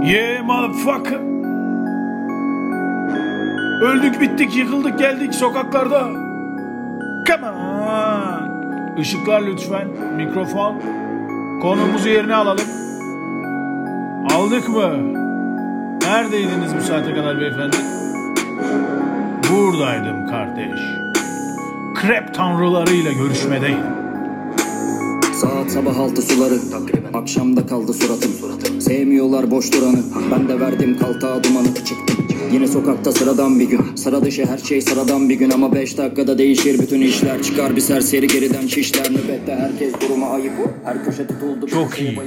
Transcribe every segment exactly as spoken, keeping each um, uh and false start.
Yeah motherfucker. Öldük bittik yıkıldık geldik sokaklarda. Come on. Işıklar lütfen. Mikrofon. Konumuzu yerine alalım. Aldık mı? Neredeydiniz bu saate kadar beyefendi? Buradaydım kardeş. Krep tanrılarıyla görüşmedeydim. Saat sabah altı suları, akşamda kaldı suratım. Sevmiyorlar boş duranı, ben de verdim kaltağa dumanı. Çıktım yine sokakta sıradan bir gün. Sıra dışı her şey sıradan bir gün. Ama beş dakikada değişir bütün işler. Çıkar bir serseri geriden şişler. Nöbette herkes duruma ayıp. Her köşe tutuldu. Çok iyi.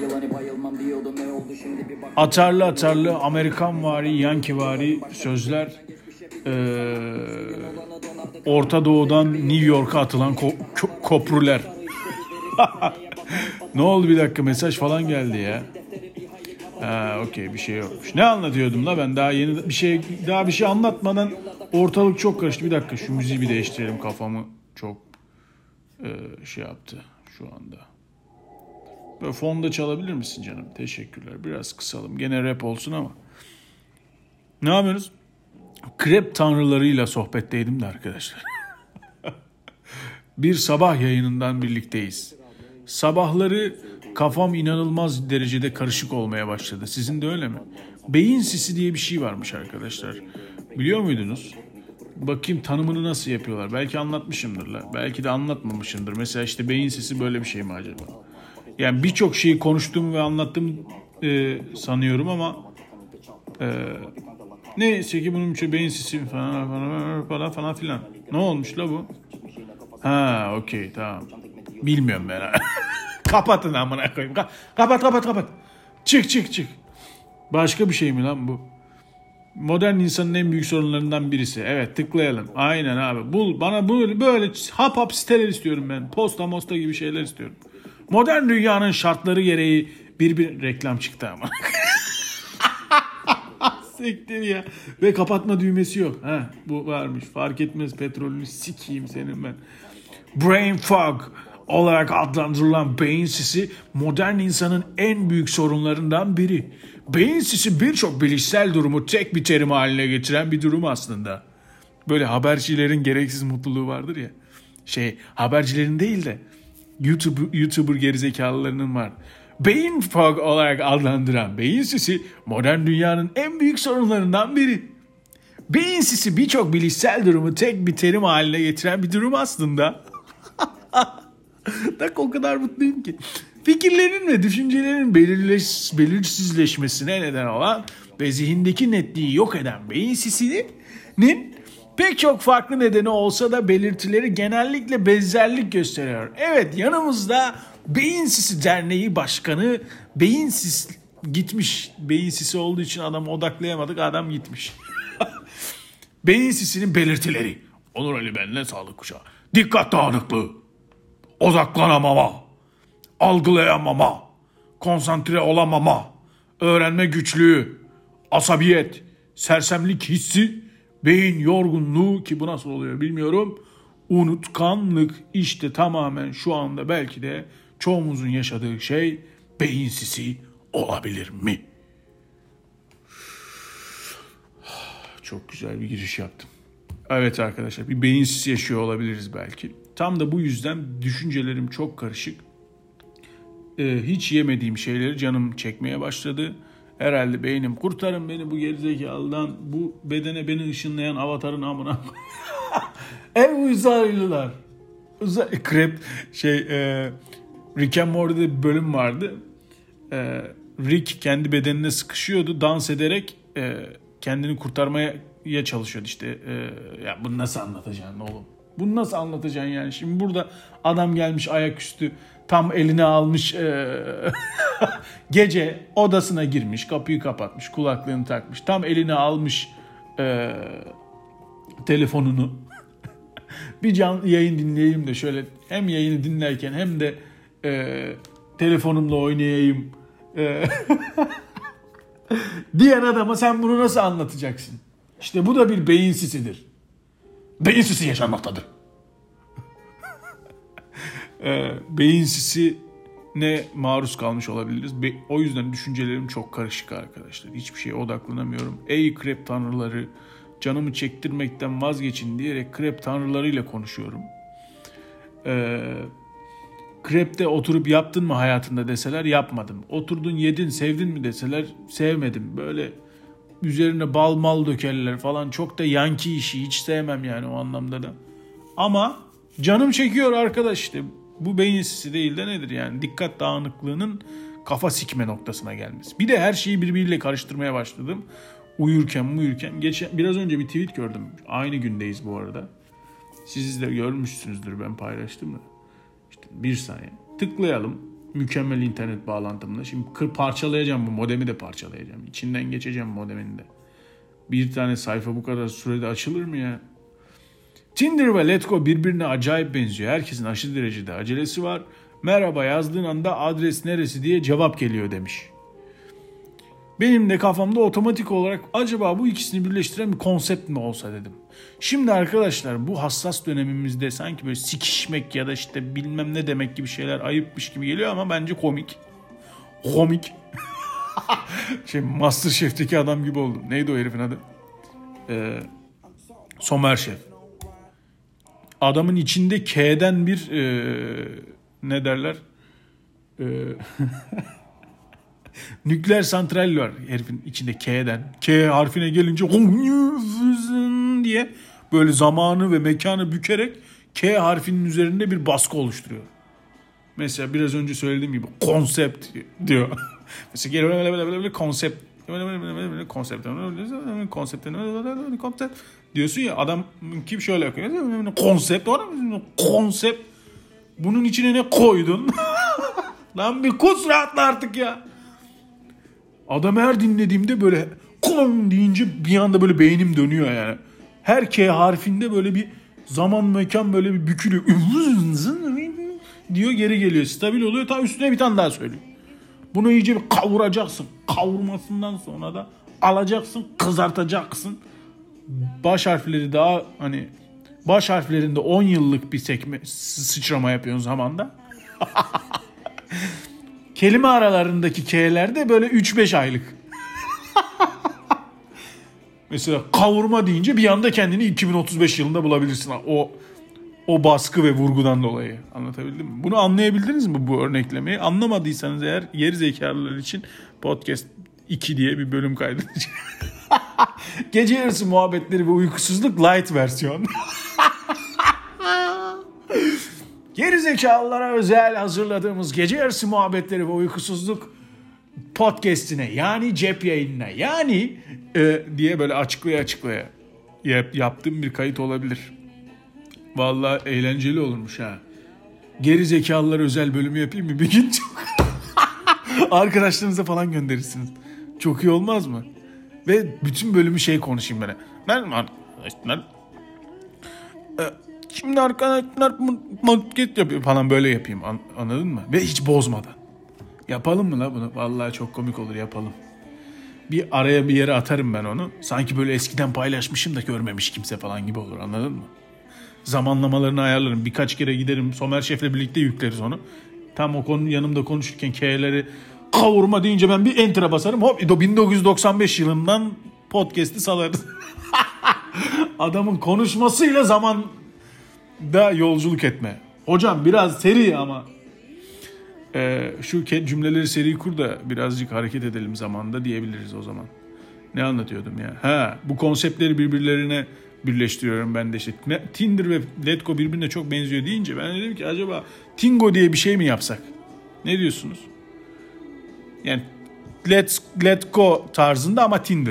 Atarlı atarlı Amerikanvari, Yankivari sözler. Ee, Orta Doğu'dan New York'a atılan ko- ko- kopruler. Ne oldu, bir dakika mesaj falan geldi ya. Ha, okey, bir şey yokmuş. Ne anlatıyordum la ben, daha yeni bir şey daha bir şey anlatmadan ortalık çok karıştı. Bir dakika şu müziği bir değiştirelim, kafamı çok e, şey yaptı şu anda. Böyle fonda çalabilir misin canım? Teşekkürler. Biraz kısalım. Gene rap olsun ama. Ne yapıyoruz? Krep tanrılarıyla sohbetteydim de arkadaşlar. Bir sabah yayınından birlikteyiz. Sabahları kafam inanılmaz derecede karışık olmaya başladı. Sizin de öyle mi? Beyin sisi diye bir şey varmış arkadaşlar. Biliyor muydunuz? Bakayım tanımını nasıl yapıyorlar. Belki anlatmışımdır la. Belki de anlatmamışımdır. Mesela işte beyin sisi böyle bir şey mi acaba? Yani birçok şeyi konuştum ve anlattım e, sanıyorum ama e, neyse ki bunun için beyin sisi falan falan falan falan filan. Ne olmuş la bu? Ha, okey, tamam. Bilmiyorum ben. Kapatın amına koyayım. Ka- kapat kapat kapat. Çık çık çık. Başka bir şey mi lan bu? Modern insanın en büyük sorunlarından birisi. Evet, tıklayalım. Aynen abi. Bul bana böyle böyle hap hap siteler istiyorum ben. Posta mosta gibi şeyler istiyorum. Modern dünyanın şartları gereği bir bir reklam çıktı ama. Siktir ya. Ve kapatma düğmesi yok. Ha, bu varmış. Fark etmez, petrolünü sikeyim senin ben. Brain fog olarak adlandırılan beyin sisi modern insanın en büyük sorunlarından biri. Beyin sisi birçok bilişsel durumu tek bir terim haline getiren bir durum aslında. Böyle habercilerin gereksiz mutluluğu vardır ya. Şey, habercilerin değil de YouTube, YouTuber gerizekalılarının var. Beyin fog olarak adlandıran beyin sisi modern dünyanın en büyük sorunlarından biri. Beyin sisi birçok bilişsel durumu tek bir terim haline getiren bir durum aslında. Bak o kadar mutluyum ki. Fikirlerin ve düşüncelerin belirleş, belirsizleşmesine neden olan ve zihindeki netliği yok eden beyin sisinin pek çok farklı nedeni olsa da belirtileri genellikle benzerlik gösteriyor. Evet, yanımızda Beyin Sisi Derneği Başkanı Beyin Sis gitmiş. Beyin sisi olduğu için adamı odaklayamadık, adam gitmiş. Beyin sisinin belirtileri. Onur Ali benle sağlık kuşağı. Dikkat dağınıklığı. Odaklanamama. Algılayamama. Konsantre olamama. Öğrenme güçlüğü. Asabiyet. Sersemlik hissi. Beyin yorgunluğu, ki bu nasıl oluyor bilmiyorum. Unutkanlık. İşte tamamen şu anda belki de çoğumuzun yaşadığı şey beyin sisi olabilir mi? Çok güzel bir giriş yaptım. Evet arkadaşlar, bir beyin sisi yaşıyor olabiliriz belki. Tam da bu yüzden düşüncelerim çok karışık. Ee, hiç yemediğim şeyleri canım çekmeye başladı. Herhalde beynim, kurtarın beni bu gerizekalıdan, bu bedene beni ışınlayan avatarın amına. Ev uzaylılar. Uzay, krep şey e, Rick and Morty'de bir bölüm vardı. E, Rick kendi bedenine sıkışıyordu. Dans ederek e, kendini kurtarmaya çalışıyordu işte. E, ya bunu nasıl anlatacaksın oğlum? Bunu nasıl anlatacaksın yani? Şimdi burada adam gelmiş ayaküstü, tam eline almış, e, gece odasına girmiş, kapıyı kapatmış, kulaklığını takmış, tam eline almış e, telefonunu. Bir canlı yayın dinleyeyim de şöyle hem yayını dinlerken hem de e, telefonumla oynayayım e, diyen adama sen bunu nasıl anlatacaksın? İşte bu da bir beyin sisidir. Beyin sisi yaşanmaktadır. e, beyin sisi ne maruz kalmış olabiliriz. O yüzden düşüncelerim çok karışık arkadaşlar. Hiçbir şeye odaklanamıyorum. Ey krep tanrıları, canımı çektirmekten vazgeçin diyerek krep tanrılarıyla konuşuyorum. Ee, krepte oturup yaptın mı hayatında deseler yapmadım. Oturdun yedin sevdin mi deseler sevmedim. Böyle üzerine bal mal dökerler falan. Çok da yanki işi, hiç sevmem yani o anlamda da. Ama canım çekiyor arkadaş işte. Bu beyin sisi değil de nedir yani? Dikkat dağınıklığının kafa sikme noktasına gelmesi. Bir de her şeyi birbiriyle karıştırmaya başladım. Uyurken uyurken. Geçen, biraz önce bir tweet gördüm. Aynı gündeyiz bu arada. Siz de görmüşsünüzdür, ben paylaştım da. İşte bir saniye. Tıklayalım. Mükemmel internet bağlantımla. Şimdi kır parçalayacağım bu modemi de parçalayacağım. İçinden geçeceğim modemin de. Bir tane sayfa bu kadar sürede açılır mı ya? Tinder ve Letgo birbirine acayip benziyor. Herkesin aşırı derecede acelesi var. Merhaba yazdığın anda adres neresi diye cevap geliyor demiş. Benim de kafamda otomatik olarak acaba bu ikisini birleştiren bir konsept mi olsa dedim. Şimdi arkadaşlar bu hassas dönemimizde sanki böyle sikişmek ya da işte bilmem ne demek gibi şeyler ayıpmış gibi geliyor ama bence komik. Komik. şey MasterChef'teki adam gibi oldum. Neydi o herifin adı? Ee, Somer Şef. Adamın içinde K'den bir e, ne derler? E, nükleer santral var herifin içinde K'den. K harfine gelince diye böyle zamanı ve mekanı bükerek K harfinin üzerinde bir baskı oluşturuyor. Mesela biraz önce söylediğim gibi konsept diyor. Mesela geri böyle böyle böyle konsept konsept konsept konsept diyorsun ya, adam kim şöyle yapıyor. Konsept var mı? Konsept. Bunun içine ne koydun? Lan bir kus rahatla artık ya. Adam her dinlediğimde böyle kon deyince bir anda böyle beynim dönüyor yani. Her K harfinde böyle bir zaman mekan böyle bir bükülüyor. diyor, geri geliyor. Stabil oluyor. Ta üstüne bir tane daha söylüyor. Bunu iyice bir kavuracaksın. Kavurmasından sonra da alacaksın, kızartacaksın. Baş harfleri daha hani baş harflerinde on yıllık bir sekme, sıçrama yapıyorsun zamanda. Kelime aralarındaki K'ler de böyle üç beş aylık. Mesela kavurma deyince bir anda kendini iki bin otuz beş yılında bulabilirsin. O o baskı ve vurgudan dolayı. Anlatabildim mi? Bunu anlayabildiniz mi bu örneklemeyi? Anlamadıysanız eğer geri zekalılar için podcast iki diye bir bölüm kaydedeceğim. Gece yarısı muhabbetleri ve uykusuzluk light versiyon. Geri zekalılara özel hazırladığımız gece yarısı muhabbetleri ve uykusuzluk podcast'ine yani cep yayınına yani e, diye böyle açıklaya açıklaya yap, yaptığım bir kayıt olabilir. Vallahi eğlenceli olurmuş ha. Geri zekalılara özel bölümü yapayım mı? Bir gün çok arkadaşlarınıza falan gönderirsiniz. Çok iyi olmaz mı? Ve bütün bölümü şey konuşayım ben. Ben arkadaşlar e, şimdi arkadaşlar podcast yapıyor falan böyle yapayım. An, anladın mı? Ve hiç bozmadan. Yapalım mı la bunu? Vallahi çok komik olur, yapalım. Bir araya bir yere atarım ben onu. Sanki böyle eskiden paylaşmışım da görmemiş kimse falan gibi olur, anladın mı? Zamanlamalarını ayarlarım. Birkaç kere giderim Somer Şef'le birlikte yükleriz onu. Tam o konu yanımda konuşurken K'leri kavurma deyince ben bir enter'a basarım. Hop bin dokuz yüz doksan beş yılından podcast'i salarız. Adamın konuşmasıyla zamanda yolculuk etme. Hocam biraz seri ama e, şu cümleleri seri kur da birazcık hareket edelim zamanda diyebiliriz o zaman. Ne anlatıyordum ya? Ha, bu konseptleri birbirlerine birleştiriyorum ben de işte. Tinder ve Letgo birbirine çok benziyor deyince ben dedim ki acaba Tingo diye bir şey mi yapsak? Ne diyorsunuz? Yani Let's Let Go tarzında ama Tinder.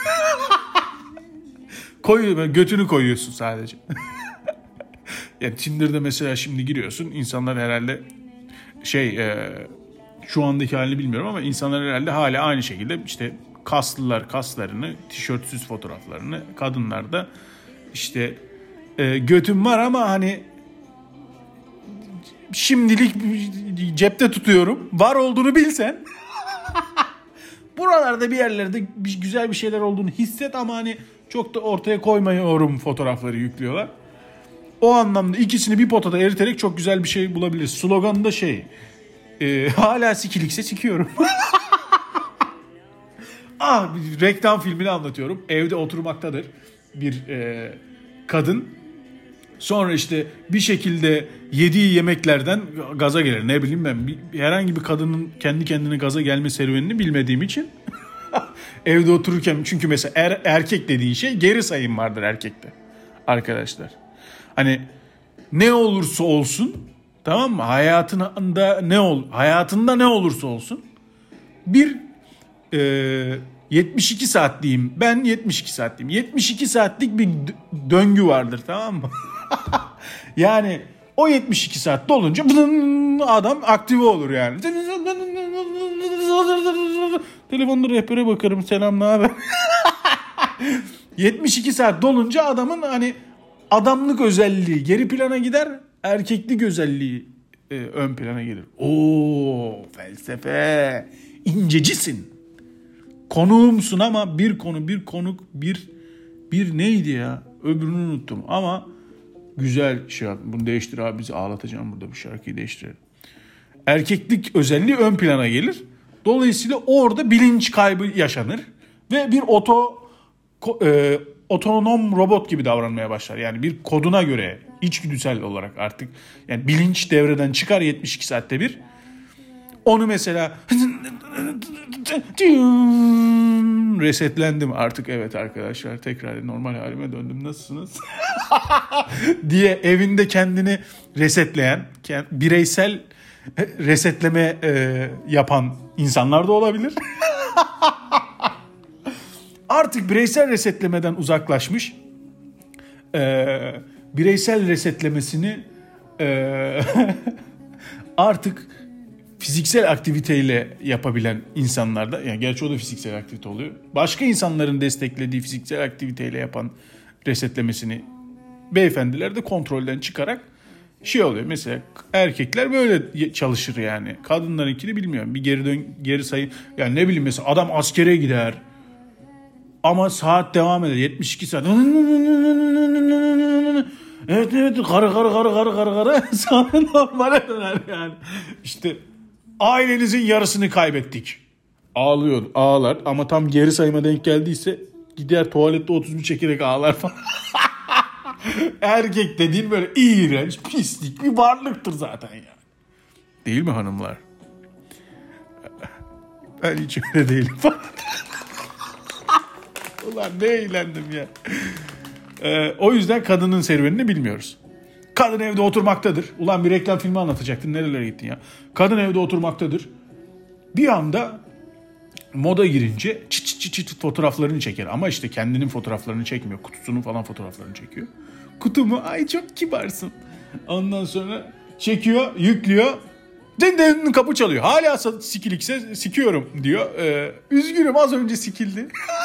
Koy, götünü koyuyorsun sadece. Yani Tinder'da mesela şimdi giriyorsun, insanlar herhalde şey e, şu andaki halini bilmiyorum ama insanlar herhalde hala aynı şekilde işte kaslılar kaslarını, tişörtsüz fotoğraflarını, kadınlar da işte e, götüm var ama hani şimdilik cepte tutuyorum. Var olduğunu bilsen. Buralarda bir yerlerde bir, güzel bir şeyler olduğunu hisset ama hani çok da ortaya koymuyorum fotoğrafları yüklüyorlar. O anlamda ikisini bir potada eriterek çok güzel bir şey bulabiliriz. Sloganı da şey, Ee, hala sikilikse sikiyorum. ah, bir reklam filmini anlatıyorum. Evde oturmaktadır bir e, kadın. Sonra işte bir şekilde yediği yemeklerden gaza gelir. Ne bileyim ben, bir, herhangi bir kadının kendi kendine gaza gelme serüvenini bilmediğim için evde otururken, çünkü mesela er, erkek dediğin şey geri sayım vardır erkekte arkadaşlar. Hani ne olursa olsun, tamam mı? Hayatında ne ol, hayatında ne olursa olsun bir e, yetmiş iki saat diyeyim. Ben yetmiş iki saat diyeyim. yetmiş iki saatlik bir döngü vardır, tamam mı? Yani o yetmiş iki saat dolunca adam aktive olur yani. Telefonda rehbere bakarım, selam, ne haber? yetmiş iki saat dolunca adamın hani adamlık özelliği geri plana gider, erkeklik özelliği e, ön plana gelir. Oo, felsefe, incecisin. Konuğumsun ama bir konu, bir konuk, bir bir neydi ya? Öbürünü unuttum ama güzel şey yaptım. Bunu değiştir abi, bizi ağlatacağım burada, bu şarkıyı değiştirelim. Erkeklik özelliği ön plana gelir. Dolayısıyla orada bilinç kaybı yaşanır ve bir oto e, otonom robot gibi davranmaya başlar. Yani bir koduna göre içgüdüsel olarak artık yani bilinç devreden çıkar yetmiş iki saatte bir. Onu mesela resetlendim artık, evet arkadaşlar tekrar normal halime döndüm, nasılsınız diye evinde kendini resetleyen, bireysel resetleme e, yapan insanlar da olabilir. Artık bireysel resetlemeden uzaklaşmış, e, bireysel resetlemesini e, artık fiziksel aktiviteyle yapabilen insanlarda, yani gerçi o da fiziksel aktivite oluyor. Başka insanların desteklediği fiziksel aktiviteyle yapan resetlemesini beyefendiler de kontrolden çıkarak şey oluyor. Mesela erkekler böyle çalışır yani. Kadınlarınkini bilmiyorum. Bir geri dön, geri sayı. Yani ne bileyim, mesela adam askere gider. Ama saat devam eder. yetmiş iki saat. Evet evet karı karı karı karı karı karı. Sonra normale döner yani. İşte ailenizin yarısını kaybettik. Ağlıyor, ağlar ama tam geri sayıma denk geldiyse gider tuvalette otuz bir çekerek ağlar falan. Erkek dediğin böyle iğrenç, pislik bir varlıktır zaten yani. Değil mi hanımlar? Ben hiç öyle değilim falan. Ulan ne eğlendim ya. Ee, o yüzden kadının serüvenini bilmiyoruz. Kadın evde oturmaktadır. Ulan bir reklam filmi anlatacaktın, nerelere gittin ya. Kadın evde oturmaktadır. Bir anda moda girince çıt çıt çıt çıt fotoğraflarını çeker. Ama işte kendinin fotoğraflarını çekmiyor. Kutusunun falan fotoğraflarını çekiyor. Kutumu, ay çok kibarsın. Ondan sonra çekiyor, yüklüyor. Den den kapı çalıyor. Hala sikilikse sikiyorum diyor. Ee, üzgünüm, az önce sikildi.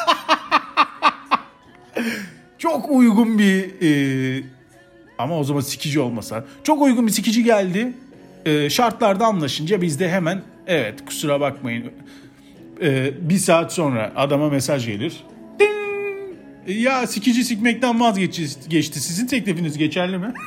Çok uygun bir e, ama o zaman sikici olmasa. Çok uygun bir sikici geldi. E, şartlarda anlaşınca biz de hemen evet kusura bakmayın. E, bir saat sonra adama mesaj gelir. Ding! Ya sikici sikmekten vazgeçti. Sizin teklifiniz geçerli mi?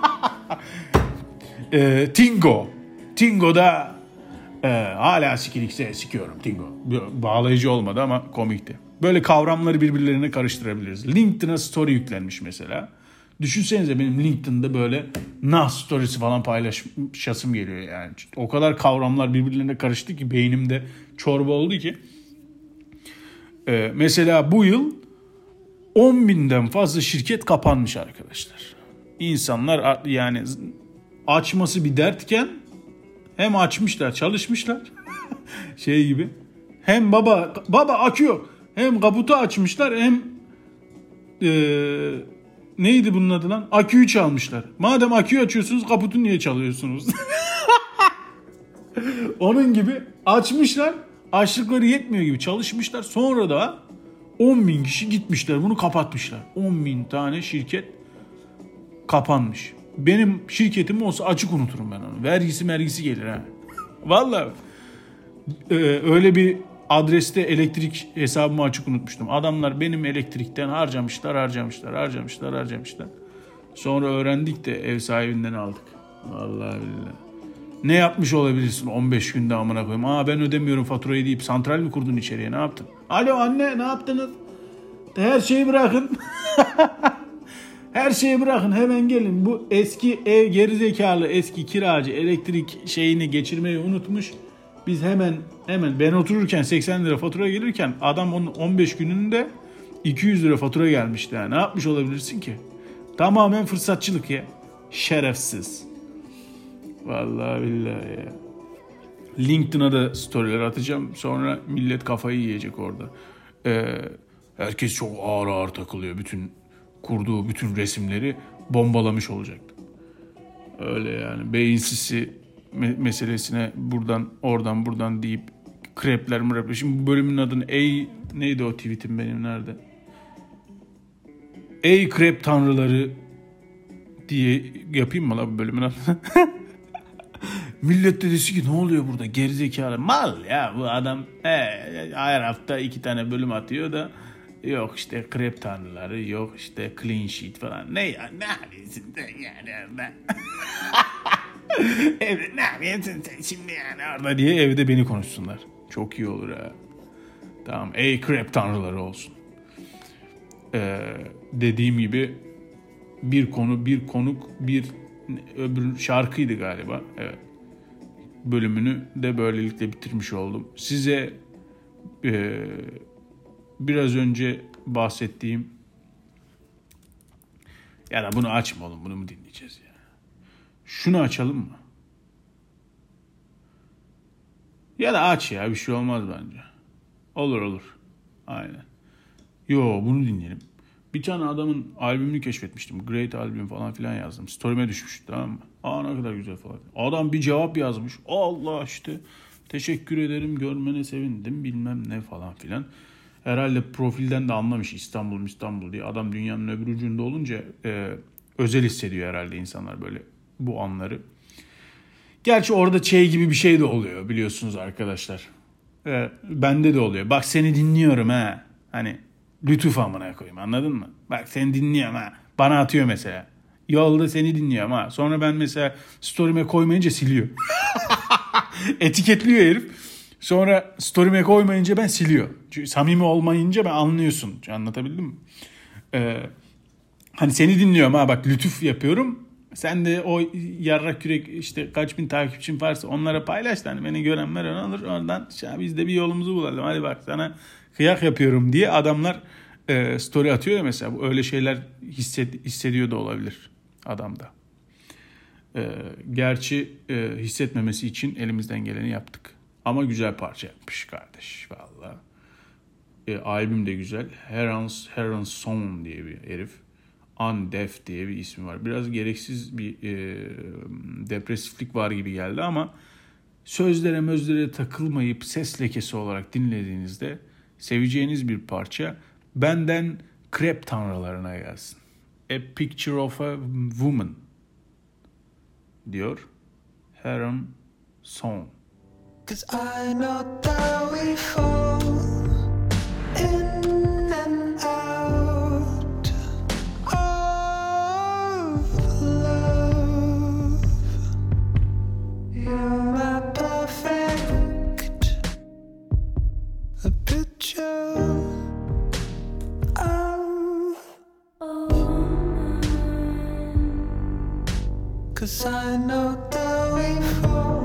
e, Tingo. Tingo'da e, hala sikilikse sikiyorum Tingo. Bağlayıcı olmadı ama komikti. Böyle kavramları birbirlerine karıştırabiliriz. LinkedIn'a story yüklenmiş mesela. Düşünsenize benim LinkedIn'de böyle Nas storiesi falan paylaşasım geliyor yani. O kadar kavramlar birbirlerine karıştı ki beynimde çorba oldu ki. Ee, mesela bu yıl on binden fazla şirket kapanmış arkadaşlar. İnsanlar yani açması bir dertken hem açmışlar, çalışmışlar. şey gibi. Hem baba baba akıyor. Hem kaputu açmışlar hem ee, neydi bunun adı lan? Aküyü çalmışlar. Madem aküyü açıyorsunuz kaputu niye çalıyorsunuz? Onun gibi açmışlar. Açlıkları yetmiyor gibi çalışmışlar. Sonra da on bin kişi gitmişler. Bunu kapatmışlar. on bin tane şirket kapanmış. Benim şirketim olsa açık unuturum ben onu. Vergisi mergisi gelir ha. Vallahi ee, öyle bir adreste elektrik hesabımı açık unutmuştum. Adamlar benim elektrikten harcamışlar, harcamışlar, harcamışlar, harcamışlar. Sonra öğrendik de ev sahibinden aldık. Vallahi billahi. Ne yapmış olabilirsin on beş günde amına koyayım? Aa ben ödemiyorum faturayı deyip santral mi kurdun içeriye? Ne yaptın? Alo anne ne yaptınız? Her şeyi bırakın. Her şeyi bırakın hemen gelin. Bu eski ev gerizekalı eski kiracı elektrik şeyini geçirmeyi unutmuş. Biz hemen hemen ben otururken seksen lira fatura gelirken adam onun on beş gününde iki yüz lira fatura gelmişti. Yani. Ne yapmış olabilirsin ki? Tamamen fırsatçılık ya. Şerefsiz. Vallahi billahi ya. LinkedIn'a da storyler atacağım. Sonra millet kafayı yiyecek orada. Ee, herkes çok ağır ağır takılıyor. Bütün kurduğu bütün resimleri bombalamış olacaktı. Öyle yani. Beyinsizsi me- meselesine buradan oradan buradan deyip krepler mıraplar. Şimdi bu bölümün adını ey neydi o tweetim benim nerede? Ey krep tanrıları diye yapayım mı la bu bölümün adını? Millet de desi ki ne oluyor burada gerizekalı mal ya bu adam he, her hafta iki tane bölüm atıyor da yok işte krep tanrıları yok işte clean sheet falan ne ya ne yapıyorsun sen yani orada evde ne yapıyorsun sen şimdi yani orada diye evde beni konuşsunlar çok iyi olur ha tamam ey krep tanrıları olsun ee, dediğim gibi bir konu bir konuk bir öbür şarkıydı galiba evet. Bölümünü de böylelikle bitirmiş oldum. Size e, biraz önce bahsettiğim ya da bunu açma oğlum bunu mu dinleyeceğiz ya? Şunu açalım mı? Ya da aç ya bir şey olmaz bence. Olur olur. Aynen. Yo bunu dinleyelim. Bir tane adamın albümünü keşfetmiştim. Great albüm falan filan yazdım. Story'me düşmüştü tamam mı? Aa ne kadar güzel falan. Adam bir cevap yazmış. Allah işte teşekkür ederim görmene sevindim bilmem ne falan filan. Herhalde profilden de anlamış İstanbul İstanbul diye. Adam dünyanın öbür ucunda olunca e, özel hissediyor herhalde insanlar böyle bu anları. Gerçi orada şey gibi bir şey de oluyor biliyorsunuz arkadaşlar. E, bende de oluyor. Bak seni dinliyorum ha. Hani lütuf amına koyayım anladın mı? Bak seni dinliyorum ha. Bana atıyor mesela. Yolda seni dinliyorum ha. Sonra ben mesela story'me koymayınca siliyor. Etiketliyor herif. Sonra story'me koymayınca ben siliyor. Çünkü samimi olmayınca ben anlıyorsun. Anlatabildim mi? Ee, hani seni dinliyorum ha bak lütuf yapıyorum. Sen de o yarrak yürek işte kaç bin takipçin varsa onlara paylaş. Hani beni görenler alır. Oradan biz de bir yolumuzu bulalım. Hadi bak sana kıyak yapıyorum diye adamlar e, story atıyor ya mesela. Öyle şeyler hissed, hissediyor da olabilir adamda. E, gerçi e, hissetmemesi için elimizden geleni yaptık. Ama güzel parça yapmış kardeş valla. E, albüm de güzel. Heron's, Heron's Song diye bir herif. Undef diye bir ismi var. Biraz gereksiz bir e, depresiflik var gibi geldi ama sözlere mözlere takılmayıp ses lekesi olarak dinlediğinizde seveceğiniz bir parça. Benden krep tanrılarına gelsin. A Picture of a Woman diyor Heron Song. 'Cause I know that we fall in and out of love. You're my perfect a picture of a woman. 'Cause I know that we fall